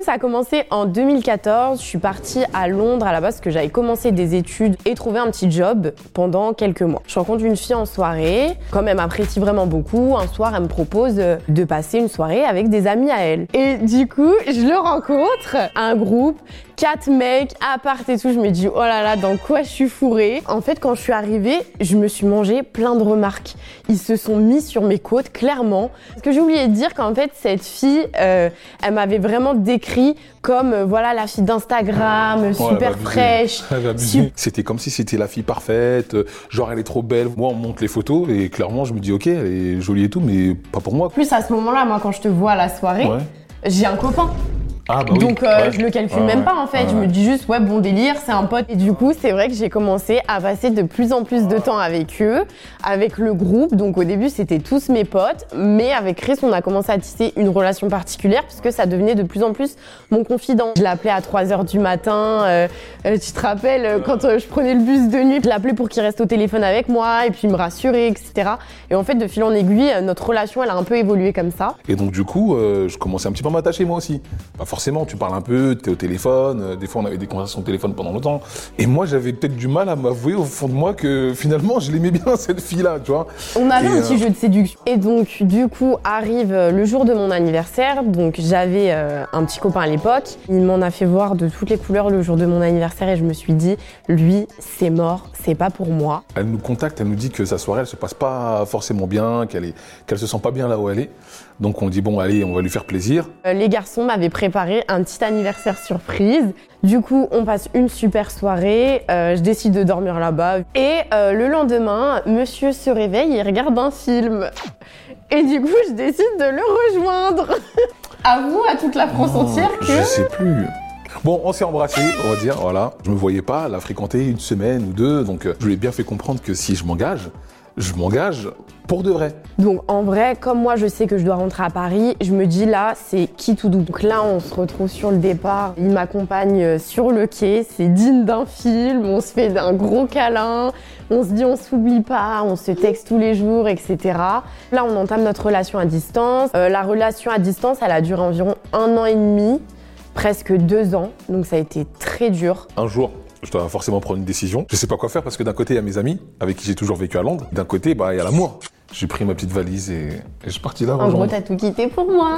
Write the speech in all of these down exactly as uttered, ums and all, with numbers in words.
Ça a commencé en deux mille quatorze, je suis partie à Londres à la base parce que j'avais commencé des études et trouvé un petit job pendant quelques mois. Je rencontre une fille en soirée, comme elle m'apprécie vraiment beaucoup, un soir elle me propose de passer une soirée avec des amis à elle. Et du coup, je le rencontre, un groupe, quatre mecs, appart et tout, je me dis oh là là, dans quoi je suis fourrée. En fait, quand je suis arrivée, je me suis mangé plein de remarques. Ils se sont mis sur mes côtes, clairement. Ce que j'ai oublié de dire, qu'en fait, cette fille, euh, elle m'avait vraiment décrit comme euh, voilà la fille d'Instagram, ouais, super fraîche. Sup... C'était comme si c'était la fille parfaite, genre elle est trop belle. Moi, on monte les photos et clairement, je me dis ok, elle est jolie et tout, mais pas pour moi. Plus à ce moment-là, moi, quand je te vois à la soirée, ouais. j'ai un copain. Ah bah Donc oui. euh, ouais. je le calcule ouais, même ouais. pas en fait, ouais, je me dis juste ouais bon délire, c'est un pote. Et du coup c'est vrai que j'ai commencé à passer de plus en plus de temps avec eux, avec le groupe. Donc au début c'était tous mes potes, mais avec Chris on a commencé à tisser une relation particulière puisque ça devenait de plus en plus mon confident. Je l'appelais à trois heures du matin, euh, euh, tu te rappelles quand euh, je prenais le bus de nuit, je l'appelais pour qu'il reste au téléphone avec moi et puis me rassurer, et cetera. Et en fait de fil en aiguille, notre relation elle a un peu évolué comme ça. Et donc du coup euh, je commençais un petit peu à m'attacher moi aussi. Bah, forcément tu parles un peu, t'es au téléphone, euh, des fois on avait des conversations au téléphone pendant longtemps. Et moi j'avais peut-être du mal à m'avouer au fond de moi que finalement je l'aimais bien cette fille-là, tu vois. On avait et un petit euh... jeu de séduction. Et donc du coup arrive le jour de mon anniversaire, donc j'avais euh, un petit copain à l'époque. Il m'en a fait voir de toutes les couleurs le jour de mon anniversaire et je me suis dit, lui c'est mort, c'est pas pour moi. Elle nous contacte, elle nous dit que sa soirée elle se passe pas forcément bien, qu'elle est, qu'elle se sent pas bien là où elle est. Donc on dit bon allez, on va lui faire plaisir. Euh, les garçons m'avaient préparé un petit anniversaire surprise. Du coup, on passe une super soirée, euh, je décide de dormir là-bas. Et euh, le lendemain, monsieur se réveille et regarde un film. Et du coup, je décide de le rejoindre. Avoue à toute la France entière que... Je sais plus. Bon, on s'est embrassés, on va dire, voilà. Je me voyais pas la fréquenter une semaine ou deux, donc euh, je lui ai bien fait comprendre que si je m'engage, je m'engage pour de vrai. Donc en vrai, comme moi je sais que je dois rentrer à Paris, je me dis là c'est qui tout doux. Donc là on se retrouve sur le départ, il m'accompagne sur le quai, c'est digne d'un film, on se fait un gros câlin, on se dit on s'oublie pas, on se texte tous les jours, et cetera. Là on entame notre relation à distance. Euh, la relation à distance elle a duré environ un an et demi, presque deux ans, donc ça a été très dur. Un jour, je dois forcément prendre une décision. Je sais pas quoi faire parce que d'un côté, il y a mes amis avec qui j'ai toujours vécu à Londres. D'un côté, bah, il y a l'amour. J'ai pris ma petite valise et, et je suis parti là. En gros, t'as tout quitté pour moi.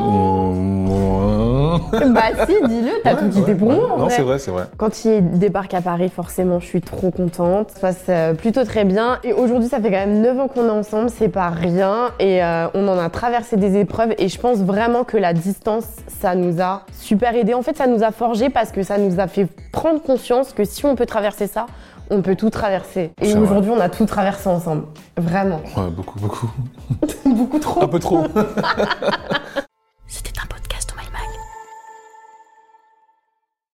Mmh. Bah si, dis-le, t'as ouais, tout quitté ouais, pour ouais. moi. En non, vrai. c'est vrai, c'est vrai. Quand il débarque à Paris, forcément, je suis trop contente. Ça se passe euh, plutôt très bien. Et aujourd'hui, ça fait quand même neuf ans qu'on est ensemble, c'est pas rien. Et euh, on en a traversé des épreuves. Et je pense vraiment que la distance, ça nous a super aidé. En fait, ça nous a forgé parce que ça nous a fait prendre conscience que si on peut traverser ça, on peut tout traverser. Et aujourd'hui, on a tout traversé ensemble. Vraiment. Ouais, beaucoup, beaucoup. beaucoup trop. Un peu trop.